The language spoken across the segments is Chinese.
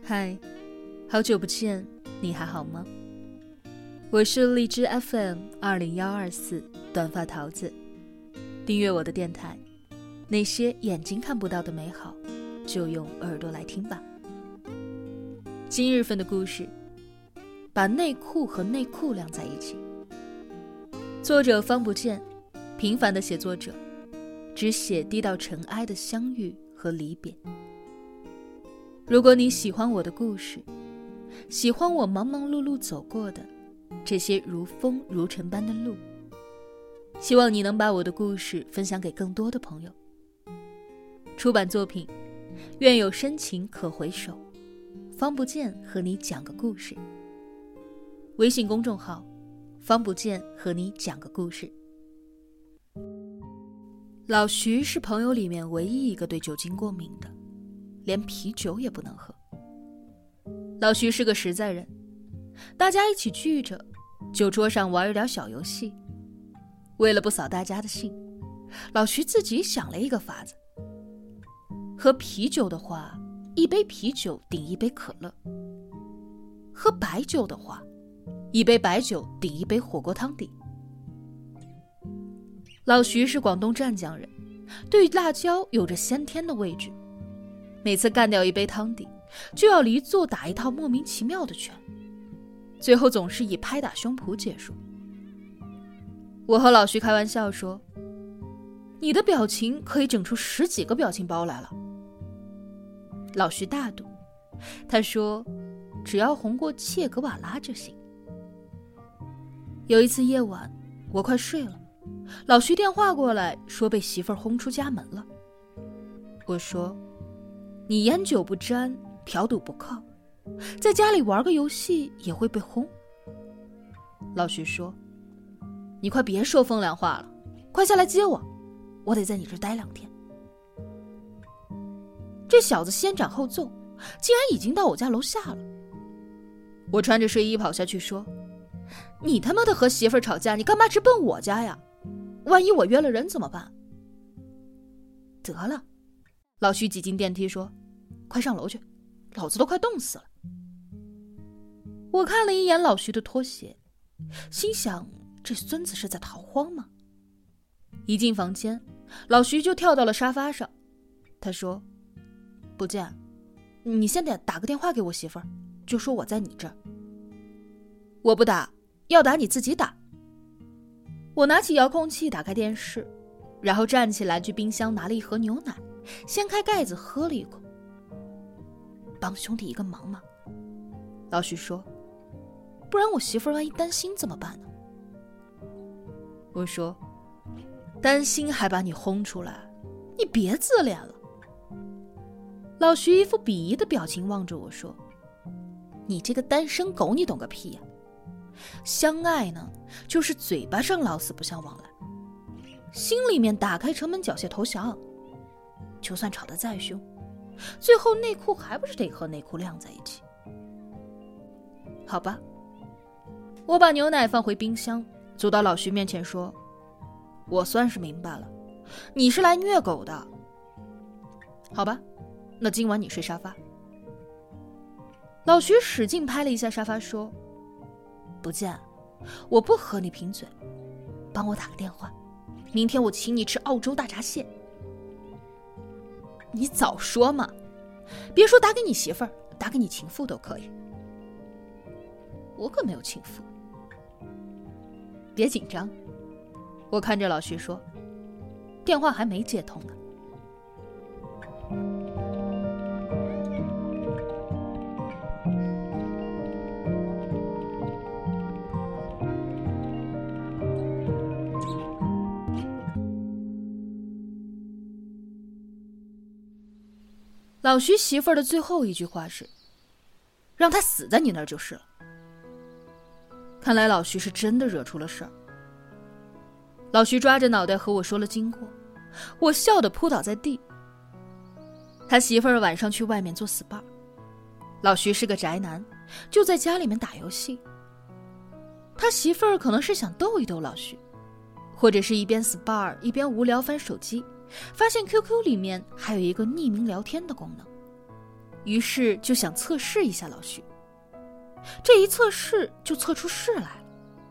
嗨，好久不见，你还好吗？我是荔枝 FM20124 短发桃子，订阅我的电台，那些眼睛看不到的美好，就用耳朵来听吧。今日份的故事，把内裤和内裤晾在一起。作者方不见，平凡的写作者，只写低到尘埃的相遇和离别。如果你喜欢我的故事，喜欢我忙忙碌碌走过的这些如风如尘般的路，希望你能把我的故事分享给更多的朋友。出版作品，愿有深情可回首，方不见和你讲个故事。微信公众号，方不见和你讲个故事。老徐是朋友里面唯一一个对酒精过敏的，连啤酒也不能喝。老徐是个实在人，大家一起聚着，酒桌上玩一点小游戏。为了不扫大家的兴，老徐自己想了一个法子。喝啤酒的话，一杯啤酒顶一杯可乐；喝白酒的话，一杯白酒顶一杯火锅汤底。老徐是广东湛江人，对辣椒有着先天的畏惧，每次干掉一杯汤底，就要离座打一套莫名其妙的拳，最后总是以拍打胸脯结束。我和老徐开玩笑说，你的表情可以整出10几个表情包来了。老徐大度，他说只要红过切格瓦拉就行。有一次夜晚，我快睡了，老徐电话过来说被媳妇儿轰出家门了。我说，你烟酒不沾，嫖赌不靠，在家里玩个游戏也会被轰。老徐说，你快别说风凉话了，快下来接我，我得在你这待2天。这小子先斩后奏，竟然已经到我家楼下了。我穿着睡衣跑下去说，你他妈的和媳妇儿吵架，你干嘛直奔我家呀？万一我约了人怎么办？得了，老徐挤进电梯说，快上楼去，老子都快冻死了。我看了一眼老徐的拖鞋，心想这孙子是在逃荒吗？一进房间，老徐就跳到了沙发上。他说，不见，你先得打个电话给我媳妇儿，就说我在你这儿。我不打，要打你自己打。我拿起遥控器打开电视，然后站起来去冰箱拿了一盒牛奶，掀开盖子喝了一口。帮兄弟一个忙嘛。老徐说，不然我媳妇儿万一担心怎么办呢？我说，担心还把你轰出来，你别自恋了。老徐一副鄙夷的表情望着我说，你这个单身狗你懂个屁呀！相爱呢，就是嘴巴上老死不相往来，心里面打开城门缴械投降。就算吵得再凶，最后内裤还不是得和内裤晾在一起。好吧，我把牛奶放回冰箱，走到老徐面前说，我算是明白了，你是来虐狗的。好吧，那今晚你睡沙发。老徐使劲拍了一下沙发说，不见，我不和你贫嘴，帮我打个电话，明天我请你吃澳洲大闸蟹。你早说嘛，别说打给你媳妇儿，打给你情妇都可以。我可没有情妇。别紧张，我看着老徐说，电话还没接通呢。老徐媳妇儿的最后一句话是，让他死在你那儿就是了。看来老徐是真的惹出了事儿。老徐抓着脑袋和我说了经过，我笑得扑倒在地。他媳妇儿晚上去外面做 SPA， 老徐是个宅男，就在家里面打游戏。他媳妇儿可能是想逗一逗老徐，或者是一边 SPA 一边无聊翻手机，发现 QQ 里面还有一个匿名聊天的功能。 于是就想测试一下老徐。这一测试就测出事来了。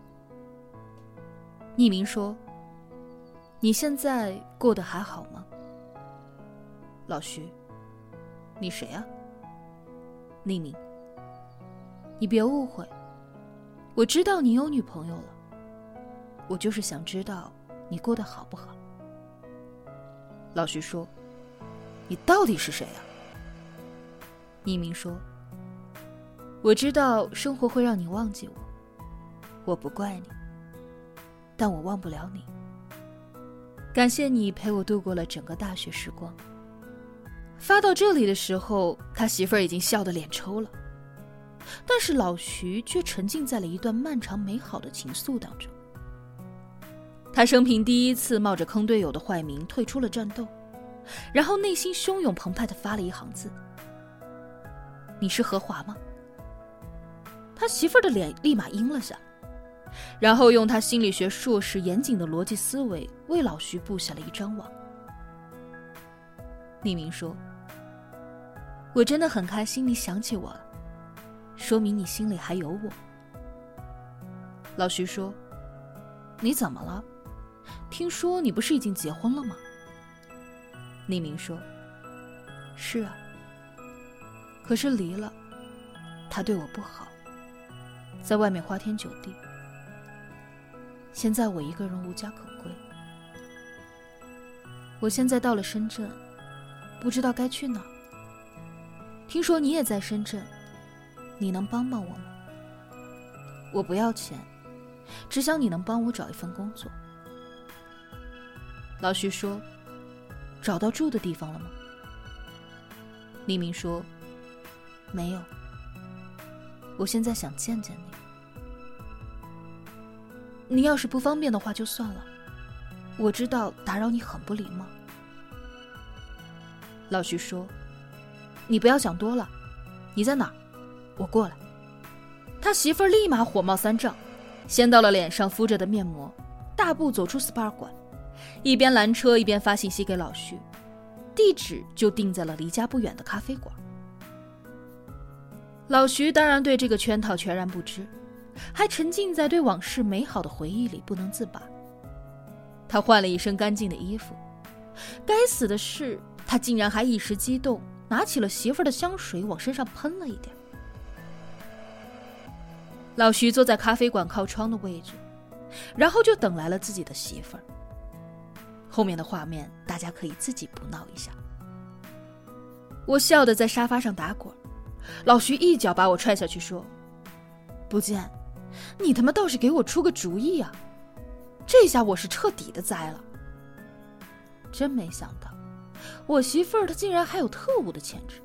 匿名说：你现在过得还好吗？老徐：你谁啊？匿名：你别误会，我知道你有女朋友了，我就是想知道你过得好不好。老徐说：你到底是谁啊？匿名说：我知道生活会让你忘记我，我不怪你，但我忘不了你。感谢你陪我度过了整个大学时光。发到这里的时候，他媳妇儿已经笑得脸抽了，但是老徐却沉浸在了一段漫长美好的情愫当中。他生平第一次冒着坑队友的坏名退出了战斗，然后内心汹涌澎湃地发了一行字：你是何华吗？他媳妇儿的脸立马阴了下来，然后用他心理学硕士严谨的逻辑思维为老徐布下了一张网。匿名说：我真的很开心你想起我了，说明你心里还有我。老徐说：你怎么了？听说你不是已经结婚了吗？匿名说：是啊，可是离了，他对我不好，在外面花天酒地，现在我一个人无家可归。我现在到了深圳，不知道该去哪儿。听说你也在深圳，你能帮帮我吗？我不要钱，只想你能帮我找一份工作。老徐说：找到住的地方了吗？匿名说：没有，我现在想见见你。你要是不方便的话就算了，我知道打扰你很不礼貌。老徐说：你不要想多了，你在哪儿？我过来。他媳妇儿立马火冒三丈，先到了脸上敷着的面膜，大步走出 SPA 馆，一边拦车一边发信息给老徐，地址就定在了离家不远的咖啡馆。老徐当然对这个圈套全然不知，还沉浸在对往事美好的回忆里不能自拔。他换了一身干净的衣服，该死的是他竟然还一时激动，拿起了媳妇儿的香水往身上喷了一点。老徐坐在咖啡馆靠窗的位置，然后就等来了自己的媳妇儿。后面的画面大家可以自己补闹一下。我笑得在沙发上打滚，老徐一脚把我踹下去说：不见，你他妈倒是给我出个主意啊，这下我是彻底的栽了。真没想到我媳妇儿她竟然还有特务的潜质。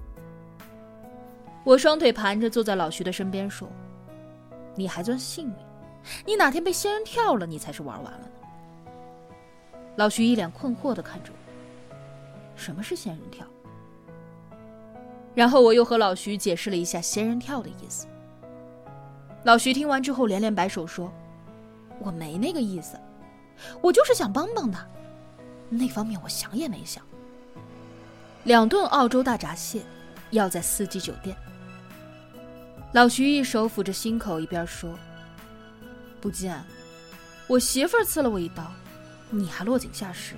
我双腿盘着坐在老徐的身边说：你还算幸运，你哪天被仙人跳了，你才是玩完了呢。老徐一脸困惑地看着我：什么是仙人跳？然后我又和老徐解释了一下仙人跳的意思。老徐听完之后连连摆手说：我没那个意思，我就是想帮帮他，那方面我想也没想。2顿澳洲大闸蟹要在4季酒店。老徐一手抚着心口一边说：不见，我媳妇儿刺了我一刀，你还落井下石。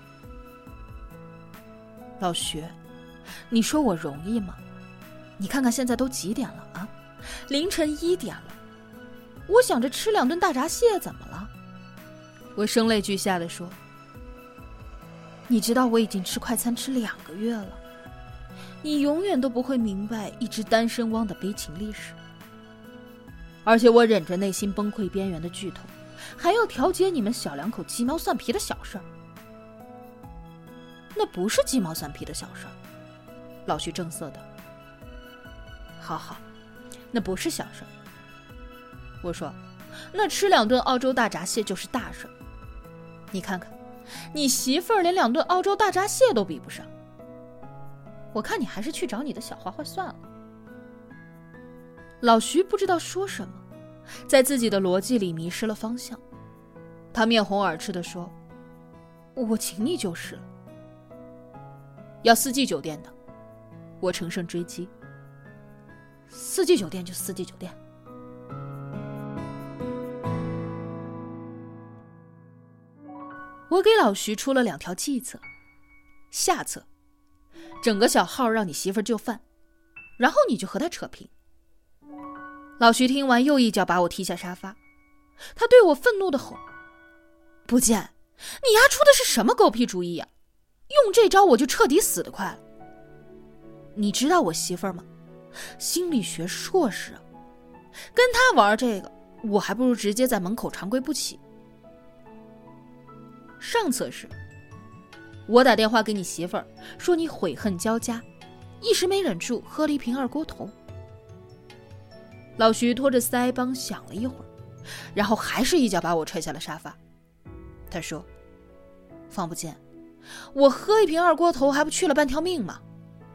老徐，你说我容易吗？你看看现在都几点了啊？凌晨1点了，我想着吃2顿大闸蟹怎么了？我声泪俱下地说：你知道我已经吃快餐吃2个月了，你永远都不会明白一只单身汪的悲情历史。而且我忍着内心崩溃边缘的剧痛，还要调节你们小两口鸡毛蒜皮的小事儿。那不是鸡毛蒜皮的小事儿。老徐正色的：好好，那不是小事儿。我说：那吃2顿澳洲大闸蟹就是大事儿。你看看，你媳妇儿连2顿澳洲大闸蟹都比不上。我看你还是去找你的小花花算了。老徐不知道说什么，在自己的逻辑里迷失了方向。他面红耳赤地说：我请你就是了。要4季酒店的。 我乘胜追击。四季酒店就四季酒店。我给老徐出了2条计策。下策，整个小号让你媳妇儿就范，然后你就和他扯平。老徐听完又一脚把我踢下沙发，他对我愤怒地吼：不见，你丫出的是什么狗屁主意呀？用这招我就彻底死得快了。你知道我媳妇儿吗？心理学硕士啊，跟他玩这个，我还不如直接在门口长跪不起。上策是，我打电话给你媳妇儿，说你悔恨交加，一时没忍住喝了一瓶2锅头。老徐拖着腮帮想了一会儿，然后还是一脚把我踹下了沙发。他说：方不见，我喝一瓶2锅头还不去了半条命吗？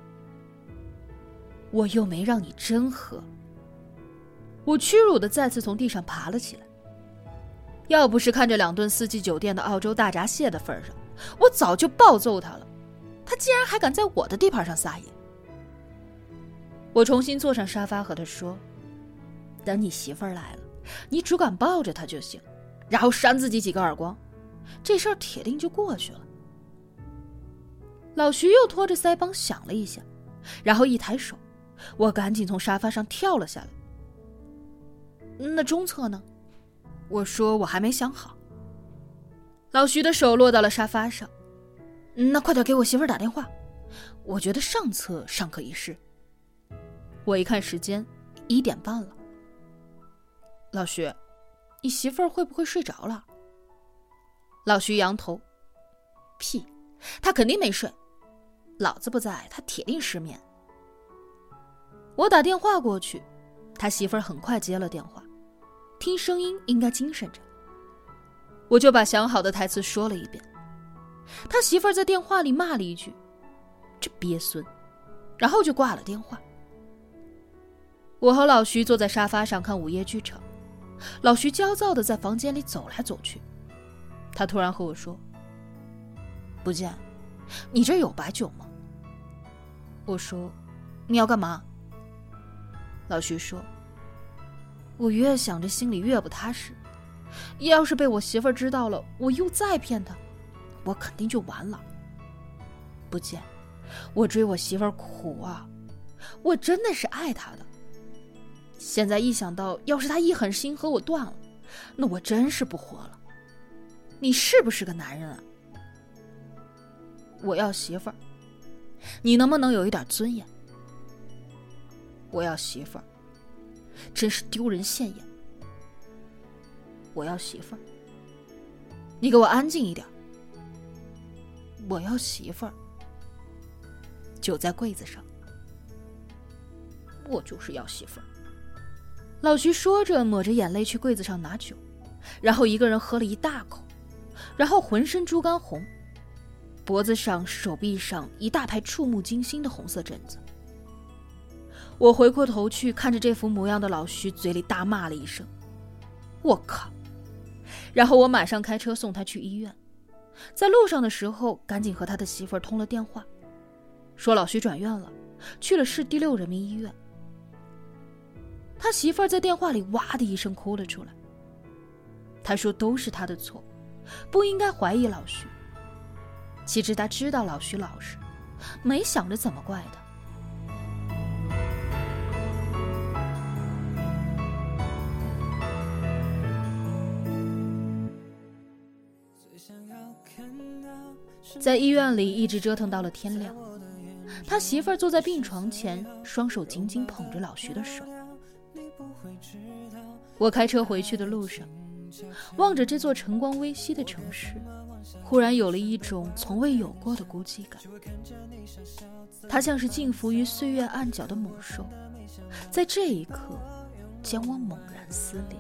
我又没让你真喝。我屈辱地再次从地上爬了起来。要不是看着2顿4季酒店的澳洲大闸蟹的份上，我早就暴揍他了。他竟然还敢在我的地盘上撒野。我重新坐上沙发和他说：等你媳妇儿来了，你只管抱着她就行，然后扇自己几个耳光，这事儿铁定就过去了。老徐又拖着腮帮想了一下，然后一抬手，我赶紧从沙发上跳了下来。那中策呢？我说我还没想好。老徐的手落到了沙发上。那快点给我媳妇儿打电话，我觉得上策尚可一试。我一看时间1点半了。老徐，你媳妇儿会不会睡着了？老徐扬头：屁，她肯定没睡，老子不在，她铁定失眠。我打电话过去，他媳妇儿很快接了电话，听声音应该精神着。我就把想好的台词说了一遍。他媳妇儿在电话里骂了一句：这鳖孙，然后就挂了电话。我和老徐坐在沙发上看午夜剧场，老徐焦躁地在房间里走来走去。他突然和我说：不见，你这有白酒吗？我说：你要干嘛？老徐说：我越想着心里越不踏实，要是被我媳妇儿知道了，我又再骗她，我肯定就完了。不见，我追我媳妇儿苦啊，我真的是爱她的。现在一想到要是她一狠心和我断了，那我真是不活了。你是不是个男人啊？我要媳妇儿，你能不能有一点尊严？我要媳妇儿，真是丢人现眼。我要媳妇儿，你给我安静一点。我要媳妇儿，酒在柜子上，我就是要媳妇儿。老徐说着，抹着眼泪去柜子上拿酒，然后一个人喝了一大口，然后浑身猪肝红，脖子上、手臂上一大排触目惊心的红色疹子。我回过头去看着这副模样的老徐，嘴里大骂了一声：我靠！然后我马上开车送他去医院。在路上的时候，赶紧和他的媳妇儿通了电话，说老徐转院了，去了市第6人民医院。他媳妇儿在电话里哇的一声哭了出来。他说都是他的错，不应该怀疑老徐。其实他知道老徐老实，没想着怎么怪他。在医院里一直折腾到了天亮，他媳妇儿坐在病床前，双手紧紧捧着老徐的手。我开车回去的路上，望着这座晨光微熹的城市，忽然有了一种从未有过的孤寂感。它像是浸伏于岁月暗角的猛兽，在这一刻将我猛然撕裂。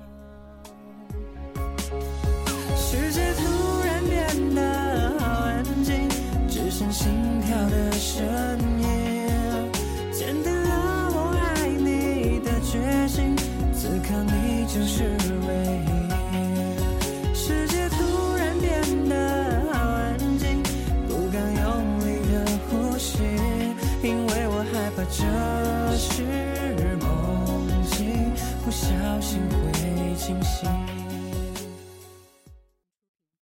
世界突然变得好安静，只剩心跳的声音，坚定了我爱你的决心，此刻你就是唯一。世界突然变得好安静，不敢用力的呼吸，因为我害怕这是梦境，不小心会惊醒。